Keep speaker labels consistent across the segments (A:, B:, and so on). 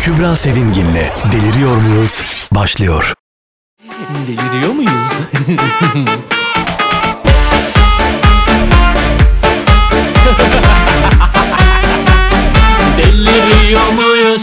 A: Kübra Sevimgin'le Deliriyor Muyuz? Başlıyor.
B: Deliriyor muyuz? Deliriyor muyuz?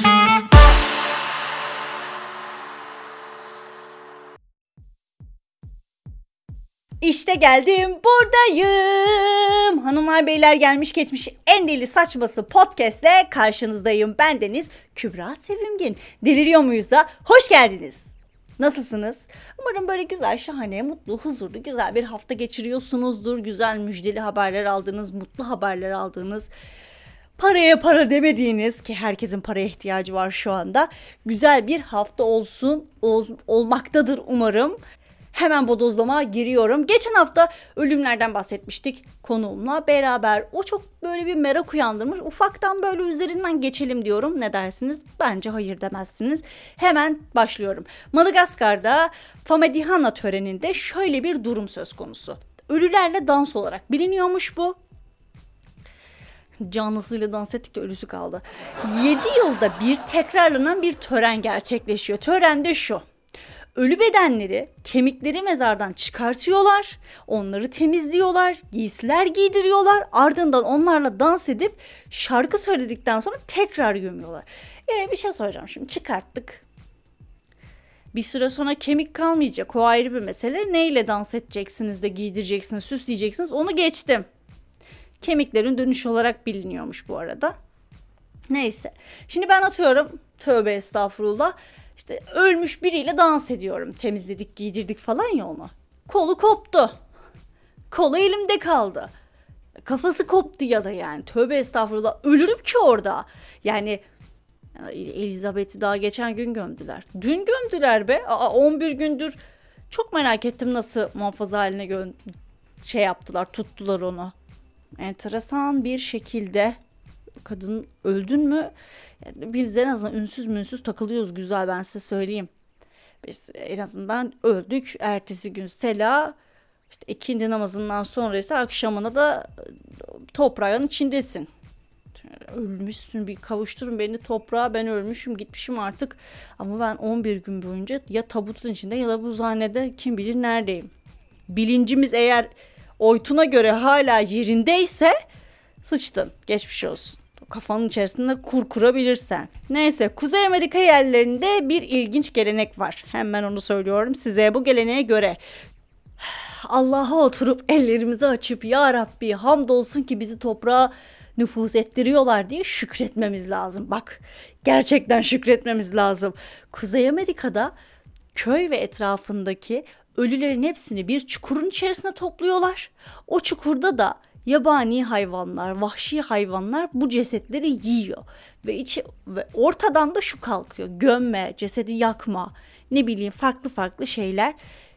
C: İşte geldim, buradayım. Hanımlar beyler, gelmiş geçmiş en deli saçması podcastle karşınızdayım. Bendeniz Kübra Sevimgin. Deliriyor muyuz da hoş geldiniz. Nasılsınız? Umarım böyle güzel, şahane, mutlu, huzurlu, güzel bir hafta geçiriyorsunuzdur. Güzel müjdeli haberler aldınız, mutlu haberler aldınız. Paraya para demediğiniz, ki herkesin paraya ihtiyacı var şu anda, güzel bir hafta olmaktadır umarım. Hemen bodozlama giriyorum. Geçen hafta ölümlerden bahsetmiştik konuğumla beraber. O çok böyle bir merak uyandırmış. Ufaktan böyle üzerinden geçelim diyorum. Ne dersiniz? Bence hayır demezsiniz. Hemen başlıyorum. Madagaskar'da Famedihana töreninde şöyle bir durum söz konusu. Ölülerle dans olarak biliniyormuş bu. Canlısıyla dans ettik de ölüsü kaldı. 7 yılda bir tekrarlanan bir tören gerçekleşiyor. Tören de şu: ölü bedenleri, kemikleri mezardan çıkartıyorlar, onları temizliyorlar, giysiler giydiriyorlar, ardından onlarla dans edip şarkı söyledikten sonra tekrar gömüyorlar. Bir şey soracağım şimdi, çıkarttık. Bir süre sonra kemik kalmayacak, o ayrı bir mesele. Neyle dans edeceksiniz de giydireceksiniz, süsleyeceksiniz, onu geçtim. Kemiklerin dönüş olarak biliniyormuş bu arada. Neyse, şimdi ben atıyorum, tövbe estağfurullah, İşte ölmüş biriyle dans ediyorum. Temizledik, giydirdik falan ya onu. Kolu koptu. Kolu elimde kaldı. Kafası koptu ya da yani. Tövbe estağfurullah. Ölürüm ki orada. Yani Elizabeth'i daha geçen gün gömdüler. Dün gömdüler be. 11 gündür. Çok merak ettim nasıl muhafaza haline yaptılar, tuttular onu. Enteresan bir şekilde. Kadın öldün mü? Yani biz en azından ünsüz takılıyoruz, güzel, ben size söyleyeyim. Biz en azından öldük. Ertesi gün sela, işte ikindi namazından sonra ise akşamına da toprağın içindesin. Ölmüşsün, bir kavuşturun beni toprağa, ben ölmüşüm gitmişim artık. Ama ben 11 gün boyunca ya tabutun içinde ya da buzhanede, kim bilir neredeyim. Bilincimiz eğer Oytun'a göre hala yerindeyse sıçtın, geçmiş olsun. Kafanın içerisinde kurabilirsen. Neyse, Kuzey Amerika yerlerinde bir ilginç gelenek var. Hemen onu söylüyorum size. Bu geleneğe göre Allah'a oturup ellerimizi açıp ya Rabbi hamdolsun ki bizi toprağa nüfuz ettiriyorlar diye şükretmemiz lazım. Bak, gerçekten şükretmemiz lazım. Kuzey Amerika'da köy ve etrafındaki ölülerin hepsini bir çukurun içerisine topluyorlar. O çukurda da yabani hayvanlar, vahşi hayvanlar bu cesetleri yiyor. Ve ortadan da şu kalkıyor: gömme, cesedi yakma, ne bileyim farklı şeyler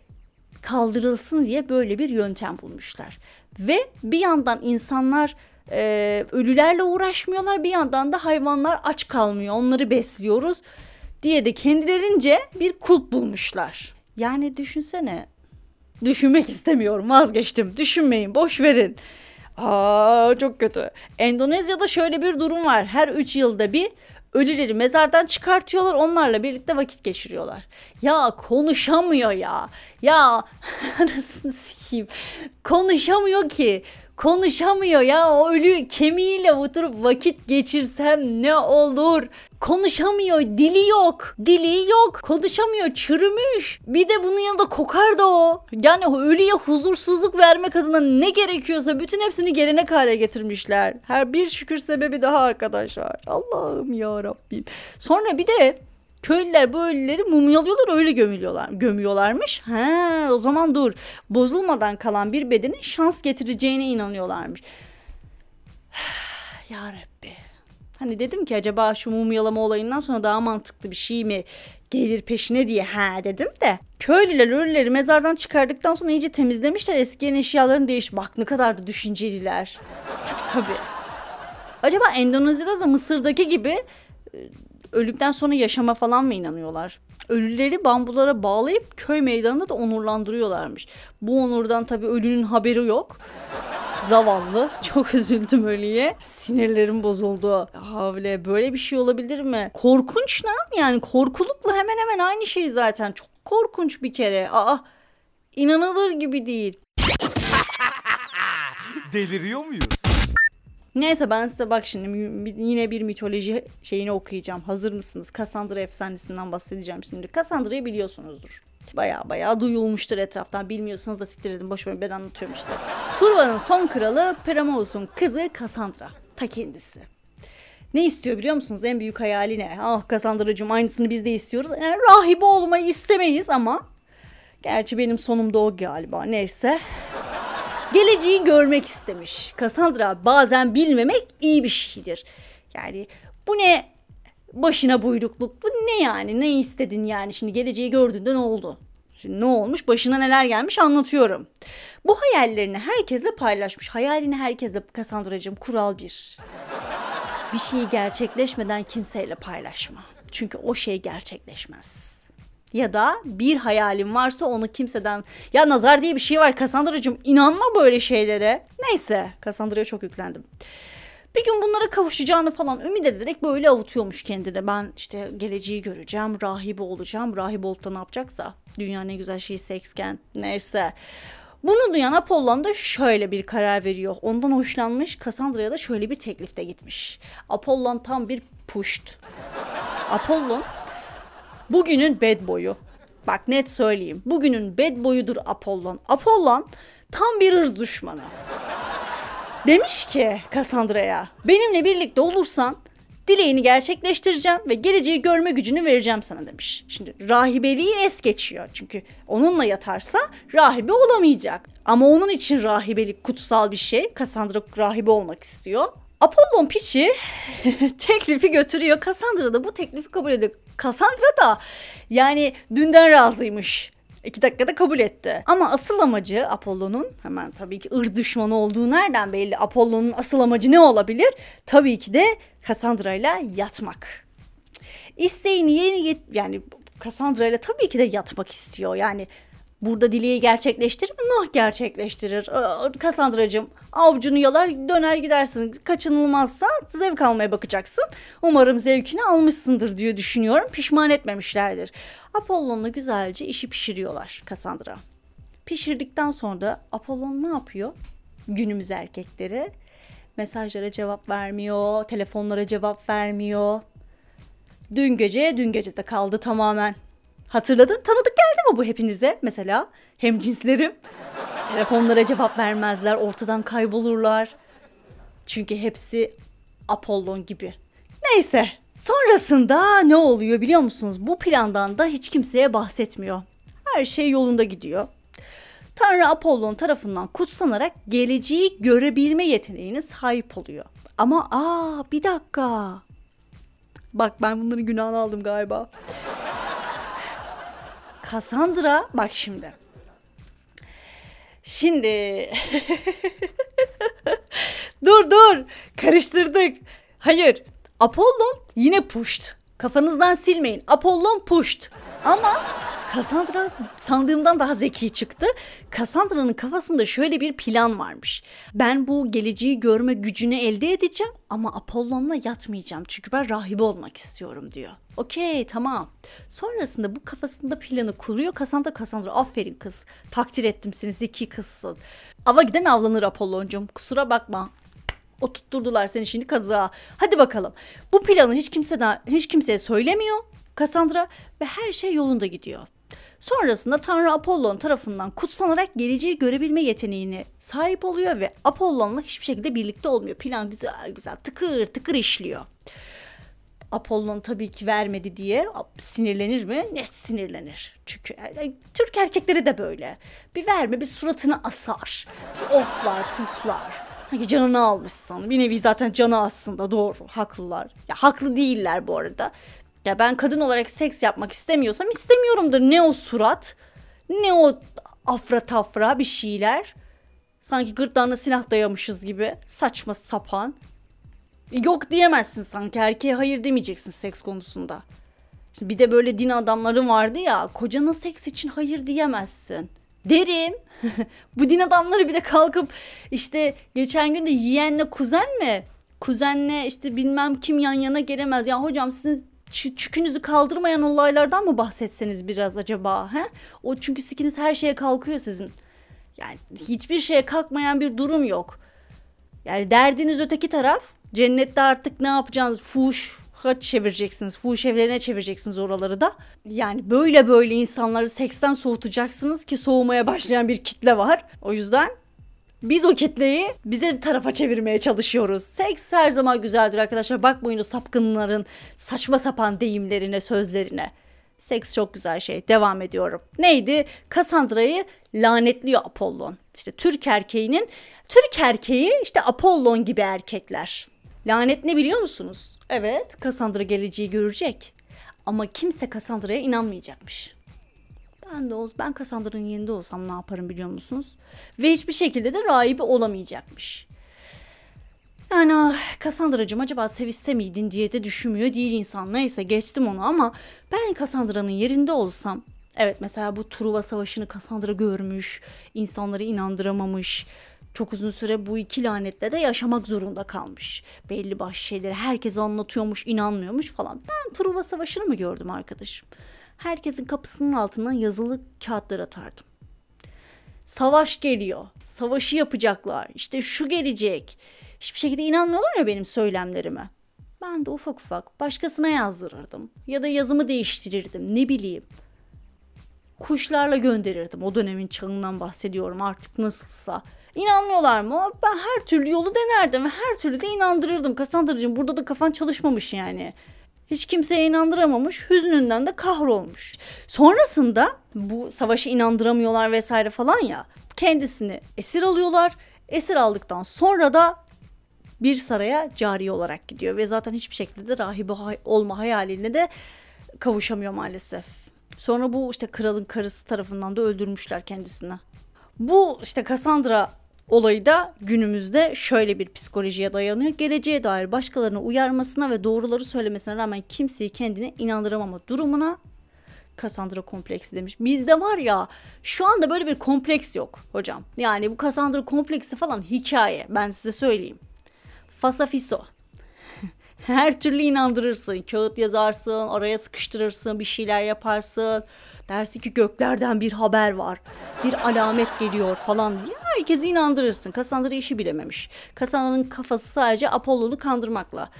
C: kaldırılsın diye böyle bir yöntem bulmuşlar. Ve bir yandan insanlar ölülerle uğraşmıyorlar, bir yandan da hayvanlar aç kalmıyor, onları besliyoruz diye de kendilerince bir kulp bulmuşlar. Yani düşünsene. Düşünmek istemiyorum, vazgeçtim. Düşünmeyin, boş verin. Çok kötü. Endonezya'da şöyle bir durum var. Her 3 yılda bir ölüleri mezardan çıkartıyorlar. Onlarla birlikte vakit geçiriyorlar. Ya konuşamıyor ya. Ya anasını sikeyim. Konuşamıyor ki. Konuşamıyor ya. O ölü kemiğiyle oturup vakit geçirsem ne olur? Konuşamıyor. Dili yok. Dili yok. Konuşamıyor. Çürümüş. Bir de bunun yanında kokar da o. Yani ölüye huzursuzluk vermek adına ne gerekiyorsa bütün hepsini gelenek hale getirmişler. Her bir şükür sebebi daha arkadaşlar. Allah'ım ya Rabbim. Sonra bir de köylüler bu ölüleri mumyalıyorlar, öyle gömüyorlarmış. O zaman dur. Bozulmadan kalan bir bedenin şans getireceğine inanıyorlarmış. Ya Rabbi. Hani dedim ki acaba şu mumyalama olayından sonra daha mantıklı bir şey mi gelir peşine diye dedim de. Köylüler ölüleri mezardan çıkardıktan sonra iyice temizlemişler, eskiyen eşyalarını bak ne kadar da düşünceliler. Çünkü tabii. Acaba Endonezya'da da Mısır'daki gibi öldükten sonra yaşama falan mı inanıyorlar? Ölüleri bambulara bağlayıp köy meydanında da onurlandırıyorlarmış. Bu onurdan tabii ölünün haberi yok. Zavallı. Çok üzüldüm ölüye. Sinirlerim bozuldu. Havle, böyle bir şey olabilir mi? Korkunç lan. Yani korkulukla hemen hemen aynı şey zaten. Çok korkunç bir kere. İnanılır gibi değil.
A: Deliriyor muyuz?
C: Neyse, ben size bak şimdi yine bir mitoloji şeyini okuyacağım. Hazır mısınız? Cassandra efsanesinden bahsedeceğim şimdi. Cassandra'yı biliyorsunuzdur. Baya duyulmuştur etraftan. Bilmiyorsanız da siktir edin, boş verin, ben anlatıyorum işte. Truva'nın son kralı Priamos'un kızı Cassandra. Ta kendisi. Ne istiyor biliyor musunuz? En büyük hayali ne? Cassandra'cığım, aynısını biz de istiyoruz. Yani rahibe olmayı istemeyiz ama gerçi benim sonumda o galiba. Neyse. Geleceği görmek istemiş. Cassandra, bazen bilmemek iyi bir şeydir. Yani bu ne başına buyrukluk, bu ne yani, ne istedin yani, şimdi geleceği gördüğünde ne oldu? Şimdi ne olmuş, başına neler gelmiş anlatıyorum. Bu hayallerini herkesle paylaşmış. Hayalini herkesle, Cassandra'cığım, kural 1. Bir şeyi gerçekleşmeden kimseyle paylaşma. Çünkü o şey gerçekleşmez. Ya da bir hayalin varsa onu kimseden... Ya nazar diye bir şey var Cassandra'cığım, inanma böyle şeylere. Neyse, Cassandra'ya çok yüklendim. Bir gün bunlara kavuşacağını falan ümit ederek böyle avutuyormuş kendine. Ben işte geleceği göreceğim, rahibe olacağım. Rahibe olup da ne yapacaksa. Dünyanın en güzel şeyi seksken. Neyse. Bunu duyan Apollon da şöyle bir karar veriyor. Ondan hoşlanmış, Cassandra'ya da şöyle bir teklifte gitmiş. Apollon tam bir puşt. Apollon bugünün bad boyu. Bak net söyleyeyim. Bugünün bad boyudur Apollon. Apollon tam bir ırz düşmanı. Demiş ki Cassandra'ya, benimle birlikte olursan dileğini gerçekleştireceğim ve geleceği görme gücünü vereceğim sana demiş. Şimdi rahibeliği es geçiyor. Çünkü onunla yatarsa rahibe olamayacak. Ama onun için rahibelik kutsal bir şey. Cassandra rahibe olmak istiyor. Apollon piçi teklifi götürüyor. Cassandra da bu teklifi kabul ediyor. Cassandra da yani dünden razıymış. 2 dakikada kabul etti. Ama asıl amacı Apollon'un, hemen tabii ki ırz düşmanı olduğu nereden belli? Apollon'un asıl amacı ne olabilir? Tabii ki de Cassandra ile yatmak. İsteğini yani Cassandra ile tabii ki de yatmak istiyor. Yani burada dileği gerçekleştirir mi? Nah, gerçekleştirir. Cassandra'cığım, avucunu yalar döner gidersin. Kaçınılmazsa zevk almaya bakacaksın. Umarım zevkini almışsındır diye düşünüyorum. Pişman etmemişlerdir. Apollon'la güzelce işi pişiriyorlar Cassandra. Pişirdikten sonra da Apollon ne yapıyor? Günümüz erkekleri mesajlara cevap vermiyor, telefonlara cevap vermiyor. Dün gece de kaldı tamamen. Hatırladın? Tanıdık geldi mi bu hepinize? Mesela hemcinslerim telefonlara cevap vermezler, ortadan kaybolurlar. Çünkü hepsi Apollon gibi. Neyse, sonrasında ne oluyor biliyor musunuz? Bu plandan da hiç kimseye bahsetmiyor. Her şey yolunda gidiyor. Tanrı Apollon tarafından kutsanarak geleceği görebilme yeteneğine sahip oluyor. Ama bir dakika. Bak, ben bunların günahını aldım galiba. Cassandra bak şimdi. dur karıştırdık. Hayır, Apollon yine puşt. Kafanızdan silmeyin. Apollon puşt. Ama Cassandra sandığımdan daha zeki çıktı. Cassandra'nın kafasında şöyle bir plan varmış. Ben bu geleceği görme gücünü elde edeceğim ama Apollon'la yatmayacağım. Çünkü ben rahibe olmak istiyorum diyor. Okey, tamam. Sonrasında bu kafasında planı kuruyor. Cassandra aferin kız. Takdir ettim seni, zeki kızsın. Ava giden avlanır Apollon'cum. Kusura bakma. Oturtturdular seni şimdi kazığa. Hadi bakalım. Bu planı hiç kimseye söylemiyor Cassandra ve her şey yolunda gidiyor. Sonrasında Tanrı Apollon tarafından kutsanarak geleceği görebilme yeteneğine sahip oluyor ve Apollon'la hiçbir şekilde birlikte olmuyor. Plan güzel tıkır tıkır işliyor. Apollon tabii ki vermedi diye sinirlenir mi? Net sinirlenir. Çünkü Türk erkekleri de böyle. Bir verme, bir suratını asar. Bir oflar, puflar. Sanki canını almışsın. Bir nevi zaten canı aslında, doğru. Haklılar. Ya haklı değiller bu arada. Ya ben kadın olarak seks yapmak istemiyorsam istemiyorumdur. Ne o surat, ne o afra tafra bir şeyler. Sanki gırtlağına silah dayamışız gibi. Saçma sapan. Yok diyemezsin sanki. Erkeğe hayır demeyeceksin seks konusunda. Şimdi bir de böyle din adamları vardı ya. Kocana seks için hayır diyemezsin. Derim. Bu din adamları bir de kalkıp işte geçen gün de yeğenle kuzen mi? Kuzenle işte bilmem kim yan yana gelemez. Ya hocam sizin çükünüzü kaldırmayan olaylardan mı bahsetseniz biraz acaba? He? O çünkü sikiniz her şeye kalkıyor sizin. Yani hiçbir şeye kalkmayan bir durum yok. Yani derdiniz öteki taraf. Cennette artık ne yapacağınız? Fuhuş çevireceksiniz. Fuhuş evlerine çevireceksiniz oraları da. Yani böyle insanları seksten soğutacaksınız ki soğumaya başlayan bir kitle var. O yüzden biz o kitleyi bize bir tarafa çevirmeye çalışıyoruz. Seks her zaman güzeldir arkadaşlar. Bakmayın o sapkınların saçma sapan deyimlerine, sözlerine. Seks çok güzel şey. Devam ediyorum. Neydi? Kassandra'yı lanetliyor Apollon. İşte Türk erkeği işte Apollon gibi erkekler. Lanet ne biliyor musunuz? Evet, Kassandra geleceği görecek. Ama kimse Kassandra'ya inanmayacakmış. Ben Kassandra'nın yerinde olsam ne yaparım biliyor musunuz? Ve hiçbir şekilde de rahibi olamayacakmış. Yani Kassandra'cığım acaba sevişse miydin diye de düşünmüyor değil insan. Neyse geçtim onu ama ben Kassandra'nın yerinde olsam... Evet mesela bu Truva Savaşı'nı Kassandra görmüş, insanları inandıramamış. Çok uzun süre bu iki lanetle de yaşamak zorunda kalmış. Belli başlı şeyleri herkese anlatıyormuş, inanmıyormuş falan. Ben Truva Savaşı'nı mı gördüm arkadaşım? Herkesin kapısının altından yazılı kağıtlar atardım. Savaş geliyor, savaşı yapacaklar, işte şu gelecek. Hiçbir şekilde inanmıyorlar ya benim söylemlerime. Ben de ufak ufak başkasına yazdırırdım. Ya da yazımı değiştirirdim, ne bileyim. Kuşlarla gönderirdim. O dönemin çağından bahsediyorum artık nasılsa. İnanmıyorlar mı? Ben her türlü yolu denerdim ve her türlü de inandırırdım. Kassandra'cığım burada da kafan çalışmamış yani. Hiç kimseye inandıramamış, hüznünden de kahrolmuş. Sonrasında bu savaşı inandıramıyorlar vesaire falan ya. Kendisini esir alıyorlar. Esir aldıktan sonra da bir saraya cariye olarak gidiyor. Ve zaten hiçbir şekilde de rahibe olma hayaline de kavuşamıyor maalesef. Sonra bu işte kralın karısı tarafından da öldürmüşler kendisini. Bu işte Kassandra olayı da günümüzde şöyle bir psikolojiye dayanıyor. Geleceğe dair başkalarını uyarmasına ve doğruları söylemesine rağmen kimseyi kendine inandıramama durumuna Kassandra kompleksi demiş. Bizde var ya şu anda böyle bir kompleks yok hocam. Yani bu Kassandra kompleksi falan hikaye, ben size söyleyeyim. Fasafiso. Her türlü inandırırsın. Kağıt yazarsın, araya sıkıştırırsın, bir şeyler yaparsın. Dersin ki göklerden bir haber var. Bir alamet geliyor falan diye herkesi inandırırsın. Kassandra işi bilememiş. Kassandra'nın kafası sadece Apollon'u kandırmakla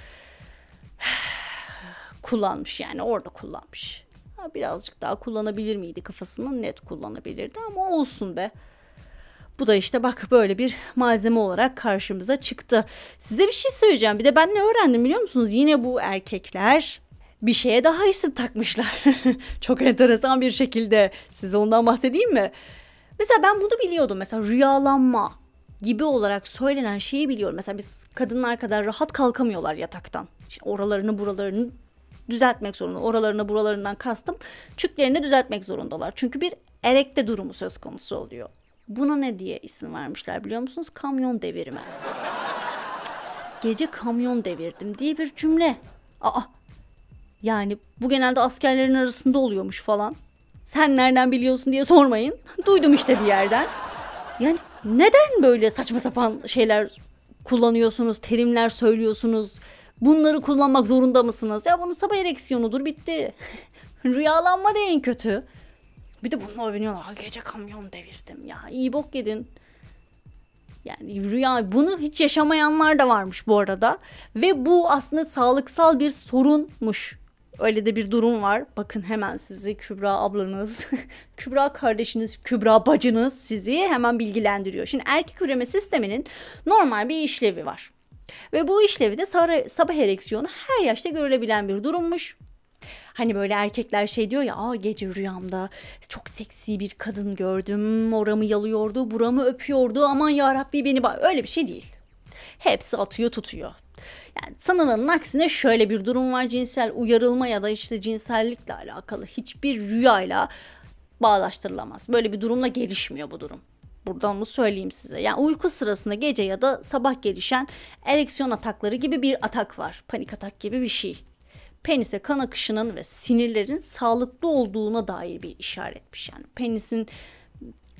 C: kullanmış, yani orada kullanmış. Birazcık daha kullanabilir miydi kafasını? Net kullanabilirdi ama olsun be. Bu da işte bak böyle bir malzeme olarak karşımıza çıktı. Size bir şey söyleyeceğim. Bir de ben ne öğrendim biliyor musunuz? Yine bu erkekler bir şeye daha isim takmışlar. Çok enteresan bir şekilde. Size ondan bahsedeyim mi? Mesela ben bunu biliyordum. Mesela rüyalanma gibi olarak söylenen şeyi biliyorum. Mesela biz kadınlar kadar rahat kalkamıyorlar yataktan. İşte oralarını buralarını düzeltmek zorunda. Oralarını buralarından kastım. Çüklerini düzeltmek zorundalar. Çünkü bir erekte durumu söz konusu oluyor. Buna ne diye isim vermişler biliyor musunuz? Kamyon devirme. Gece kamyon devirdim diye bir cümle. Yani bu genelde askerlerin arasında oluyormuş falan. Sen nereden biliyorsun diye sormayın. Duydum işte bir yerden. Yani neden böyle saçma sapan şeyler kullanıyorsunuz, terimler söylüyorsunuz? Bunları kullanmak zorunda mısınız? Ya bunun sabah ereksiyonudur, bitti. Rüyalanma da en kötü. Bir de bununla övünüyorlar. Gece kamyon devirdim ya. İyi bok yedin. Yani rüya, bunu hiç yaşamayanlar da varmış bu arada. Ve bu aslında sağlıksal bir sorunmuş. Öyle de bir durum var. Bakın hemen sizi Kübra ablanız, Kübra kardeşiniz, Kübra bacınız sizi hemen bilgilendiriyor. Şimdi erkek üreme sisteminin normal bir işlevi var. Ve bu işlevi de sabah ereksiyonu her yaşta görülebilen bir durummuş. Hani böyle erkekler şey diyor ya, gece rüyamda çok seksi bir kadın gördüm, oramı yalıyordu, buramı öpüyordu, aman yarabbi beni öyle bir şey değil. Hepsi atıyor tutuyor. Yani sanılanın aksine şöyle bir durum var, cinsel uyarılma ya da işte cinsellikle alakalı hiçbir rüyayla bağdaştırılamaz. Böyle bir durumla gelişmiyor bu durum. Buradan mı söyleyeyim size. Yani uyku sırasında gece ya da sabah gelişen ereksiyon atakları gibi bir atak var. Panik atak gibi bir şey. Penise kan akışının ve sinirlerin sağlıklı olduğuna dair bir işaretmiş. Yani penisin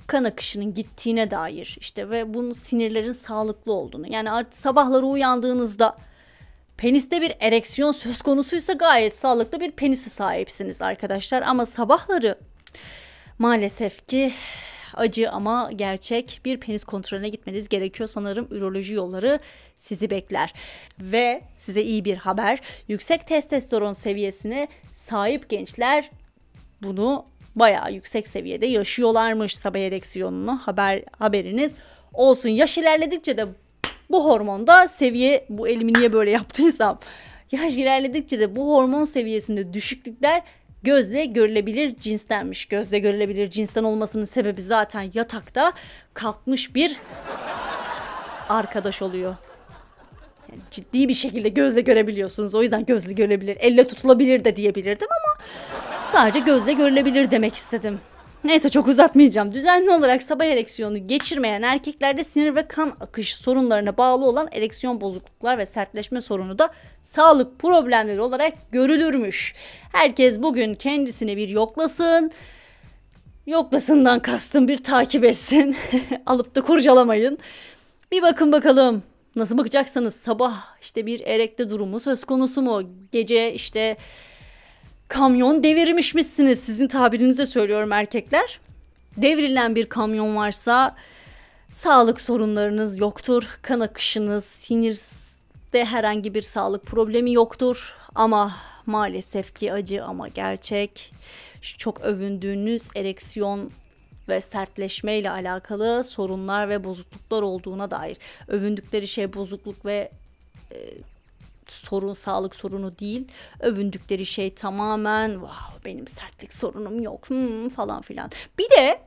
C: kan akışının gittiğine dair işte ve bunun sinirlerin sağlıklı olduğunu. Yani artık sabahları uyandığınızda peniste bir ereksiyon söz konusuysa gayet sağlıklı bir penise sahipsiniz arkadaşlar. Ama sabahları maalesef ki acı ama gerçek bir penis kontrolüne gitmeniz gerekiyor. Sanırım üroloji yolları sizi bekler. Ve size iyi bir haber. Yüksek testosteron seviyesine sahip gençler bunu bayağı yüksek seviyede yaşıyorlarmış, sabah ereksiyonunu. Haberiniz olsun. Yaş ilerledikçe de bu hormonda seviye, bu elimi niye böyle yaptıysam, yaş ilerledikçe de bu hormon seviyesinde düşüklükler gözle görülebilir cinstenmiş. Gözle görülebilir cinsten olmasının sebebi zaten yatakta kalkmış bir arkadaş oluyor. Yani ciddi bir şekilde gözle görebiliyorsunuz. O yüzden gözle görülebilir, elle tutulabilir de diyebilirdim ama sadece gözle görülebilir demek istedim. Neyse, çok uzatmayacağım. Düzenli olarak sabah ereksiyonu geçirmeyen erkeklerde sinir ve kan akışı sorunlarına bağlı olan ereksiyon bozukluklar ve sertleşme sorunu da sağlık problemleri olarak görülürmüş. Herkes bugün kendisini bir yoklasın. Yoklasından kastım bir takip etsin. Alıp da kurcalamayın. Bir bakın bakalım. Nasıl bakacaksanız sabah işte bir erekte durumu söz konusu mu? Gece işte kamyon devirmişmişsiniz, sizin tabirinize söylüyorum erkekler. Devrilen bir kamyon varsa sağlık sorunlarınız yoktur. Kan akışınız, sinirde herhangi bir sağlık problemi yoktur. Ama maalesef ki acı ama gerçek. Şu çok övündüğünüz ereksiyon ve sertleşme ile alakalı sorunlar ve bozukluklar olduğuna dair. Övündükleri şey bozukluk ve sorun, sağlık sorunu değil. Övündükleri şey tamamen wow, benim sertlik sorunum yok falan filan. Bir de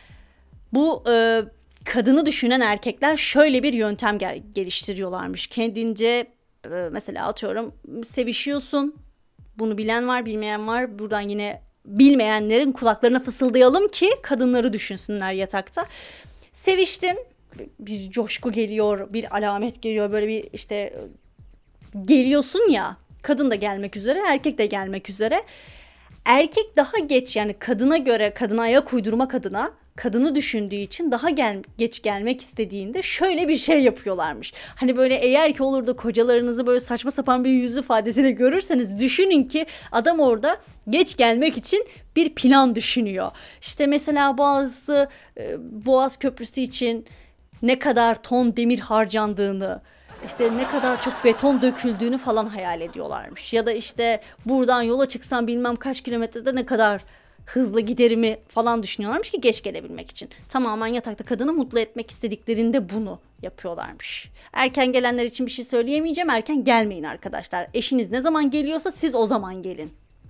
C: bu kadını düşünen erkekler şöyle bir yöntem geliştiriyorlarmış. Kendince mesela atıyorum sevişiyorsun. Bunu bilen var, bilmeyen var. Buradan yine bilmeyenlerin kulaklarına fısıldayalım ki kadınları düşünsünler yatakta. Seviştin, bir coşku geliyor, bir alamet geliyor, böyle bir işte geliyorsun ya, kadın da gelmek üzere, erkek de gelmek üzere. Erkek daha geç, yani kadına göre, kadına ayak uydurmak adına, kadını düşündüğü için daha geç gelmek istediğinde şöyle bir şey yapıyorlarmış. Hani böyle eğer ki olur da kocalarınızı böyle saçma sapan bir yüz ifadesiyle görürseniz düşünün ki adam orada geç gelmek için bir plan düşünüyor. İşte mesela bazı Boğaz Köprüsü için ne kadar ton demir harcandığını, İşte ne kadar çok beton döküldüğünü falan hayal ediyorlarmış. Ya da işte buradan yola çıksam bilmem kaç kilometrede ne kadar hızlı giderimi falan düşünüyorlarmış ki geç gelebilmek için. Tamamen yatakta kadını mutlu etmek istediklerinde bunu yapıyorlarmış. Erken gelenler için bir şey söyleyemeyeceğim. Erken gelmeyin arkadaşlar. Eşiniz ne zaman geliyorsa siz o zaman gelin.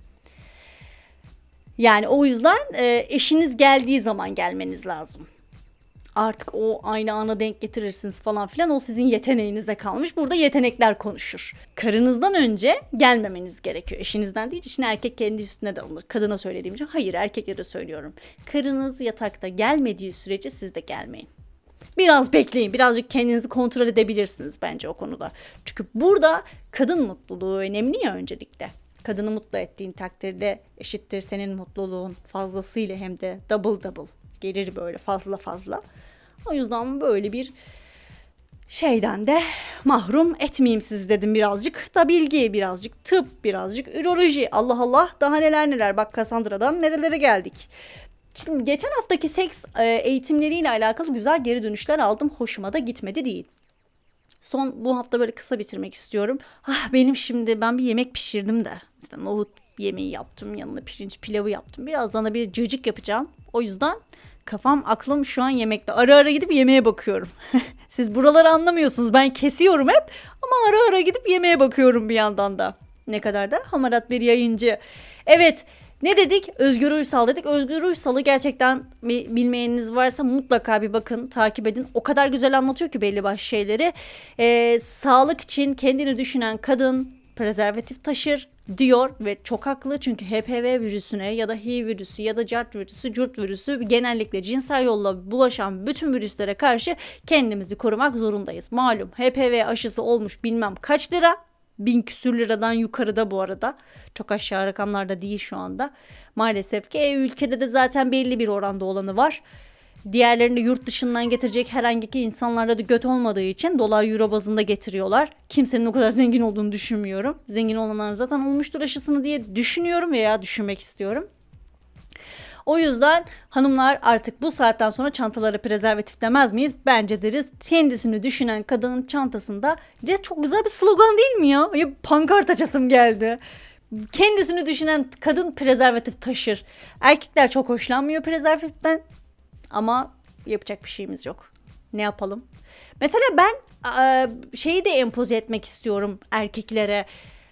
C: Yani o yüzden eşiniz geldiği zaman gelmeniz lazım. Artık o aynı ana denk getirirsiniz falan filan, o sizin yeteneğinize kalmış. Burada yetenekler konuşur. Karınızdan önce gelmemeniz gerekiyor. Eşinizden değil, işin erkek kendi üstüne de alınır. Kadına söylediğim için, hayır erkeklere söylüyorum. Karınız yatakta gelmediği sürece siz de gelmeyin. Biraz bekleyin, birazcık kendinizi kontrol edebilirsiniz bence o konuda. Çünkü burada kadın mutluluğu önemli ya öncelikle. Kadını mutlu ettiğin takdirde eşittir senin mutluluğun fazlasıyla, hem de double gelir böyle fazla. O yüzden böyle bir şeyden de mahrum etmeyeyim sizi dedim. Birazcık da bilgi, birazcık tıp, birazcık üroloji. Allah Allah, daha neler. Bak Cassandra'dan nerelere geldik. Şimdi geçen haftaki seks eğitimleriyle alakalı güzel geri dönüşler aldım. Hoşuma da gitmedi değil. Son bu hafta böyle kısa bitirmek istiyorum. Ben bir yemek pişirdim de. İşte nohut yemeği yaptım. Yanına pirinç pilavı yaptım. Birazdan da bir cacık yapacağım. O yüzden aklım şu an yemekte. Ara ara gidip yemeğe bakıyorum. Siz buraları anlamıyorsunuz. Ben kesiyorum hep. Ama ara gidip yemeğe bakıyorum bir yandan da. Ne kadar da hamarat bir yayıncı. Evet. Ne dedik? Özgür Uysal dedik. Özgür Uysal'ı gerçekten bilmeyeniniz varsa mutlaka bir bakın, takip edin. O kadar güzel anlatıyor ki belli başlı şeyleri. Sağlık için kendini düşünen kadın prezervatif taşır diyor ve çok haklı. Çünkü HPV virüsüne ya da HIV virüsü ya da CART virüsü, CURT virüsü, genellikle cinsel yolla bulaşan bütün virüslere karşı kendimizi korumak zorundayız. Malum HPV aşısı olmuş bilmem kaç lira. 1000 küsür liradan yukarıda bu arada. Çok aşağı rakamlarda değil şu anda. Maalesef ki ülkede de zaten belli bir oranda olanı var. Diğerlerini de yurt dışından getirecek herhangi bir insanlarda da göt olmadığı için dolar euro bazında getiriyorlar. Kimsenin o kadar zengin olduğunu düşünmüyorum. Zengin olanlar zaten olmuştur aşısını diye düşünüyorum veya düşünmek istiyorum. O yüzden hanımlar artık bu saatten sonra çantalara prezervatif demez miyiz? Bence deriz. Kendisini düşünen kadının çantasında çok güzel bir slogan değil mi ya? Pankart açasım geldi. Kendisini düşünen kadın prezervatif taşır. Erkekler çok hoşlanmıyor prezervatiften. Ama yapacak bir şeyimiz yok. Ne yapalım? Mesela ben şeyi de empoze etmek istiyorum erkeklere.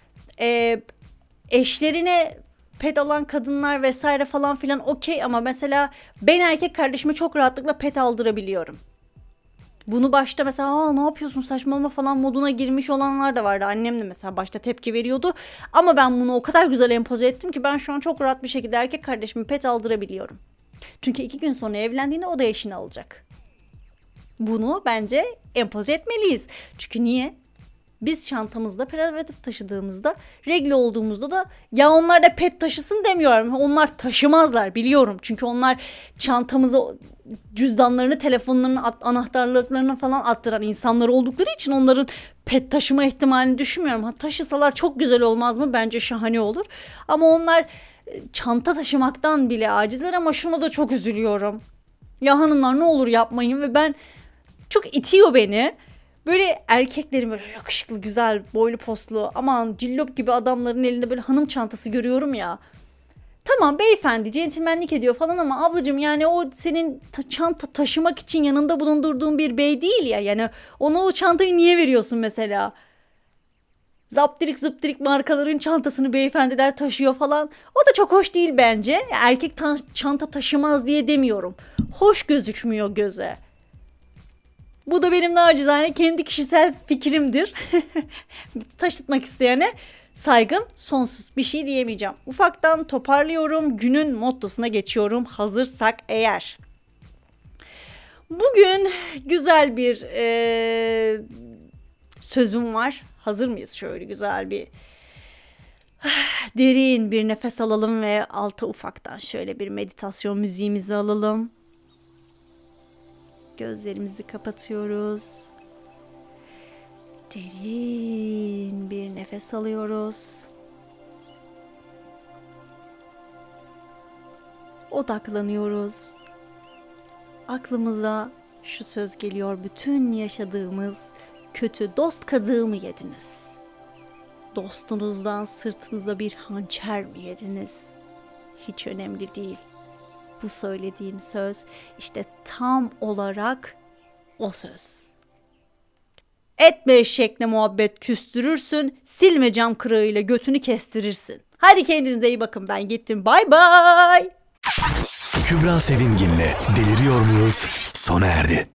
C: Eşlerine pet alan kadınlar vesaire falan filan okey ama mesela ben erkek kardeşime çok rahatlıkla pet aldırabiliyorum. Bunu başta mesela ne yapıyorsun saçmalama falan moduna girmiş olanlar da vardı. Annem de mesela başta tepki veriyordu. Ama ben bunu o kadar güzel empoze ettim ki ben şu an çok rahat bir şekilde erkek kardeşime pet aldırabiliyorum. Çünkü 2 gün sonra evlendiğinde o da eşini alacak. Bunu bence empoze etmeliyiz. Çünkü niye? Biz çantamızda prezervatif taşıdığımızda, regle olduğumuzda da ya onlar da pet taşısın demiyorum. Onlar taşımazlar biliyorum. Çünkü onlar çantamıza cüzdanlarını, telefonlarını, anahtarlıklarını falan attıran insanlar oldukları için onların pet taşıma ihtimalini düşünmüyorum. Taşısalar çok güzel olmaz mı? Bence şahane olur. Ama onlar çanta taşımaktan bile acizler ama şuna da çok üzülüyorum. Ya hanımlar ne olur yapmayın ve ben çok itiyor beni. Böyle erkeklerin böyle yakışıklı, güzel, boylu poslu, aman cillop gibi adamların elinde böyle hanım çantası görüyorum ya. Tamam beyefendi centilmenlik ediyor falan ama ablacığım yani o senin çanta taşımak için yanında bulundurduğun bir bey değil ya. Yani ona o çantayı niye veriyorsun mesela? Zaptirik zıptirik markaların çantasını beyefendiler taşıyor falan. O da çok hoş değil bence. Erkek çanta taşımaz diye demiyorum. Hoş gözükmüyor göze. Bu da benim nacizane kendi kişisel fikrimdir. Taşıtmak isteyene saygım sonsuz, bir şey diyemeyeceğim. Ufaktan toparlıyorum, günün mottosuna geçiyorum hazırsak eğer. Bugün güzel bir sözüm var. Hazır mıyız? Şöyle güzel bir derin bir nefes alalım ve altı ufaktan şöyle bir meditasyon müziğimizi alalım. Gözlerimizi kapatıyoruz. Derin bir nefes alıyoruz. Odaklanıyoruz. Aklımıza şu söz geliyor. Bütün yaşadığımız kötü dost kazığı mı yediniz? Dostunuzdan sırtınıza bir hançer mi yediniz? Hiç önemli değil. Bu söylediğim söz işte tam olarak o söz. Etme eşekle muhabbet küstürürsün, silme cam kırığıyla götünü kestirirsin. Hadi kendinize iyi bakın, ben gittim, bye bye.
A: Kübra Sevimgin'le Deliriyor Muyuz sona erdi.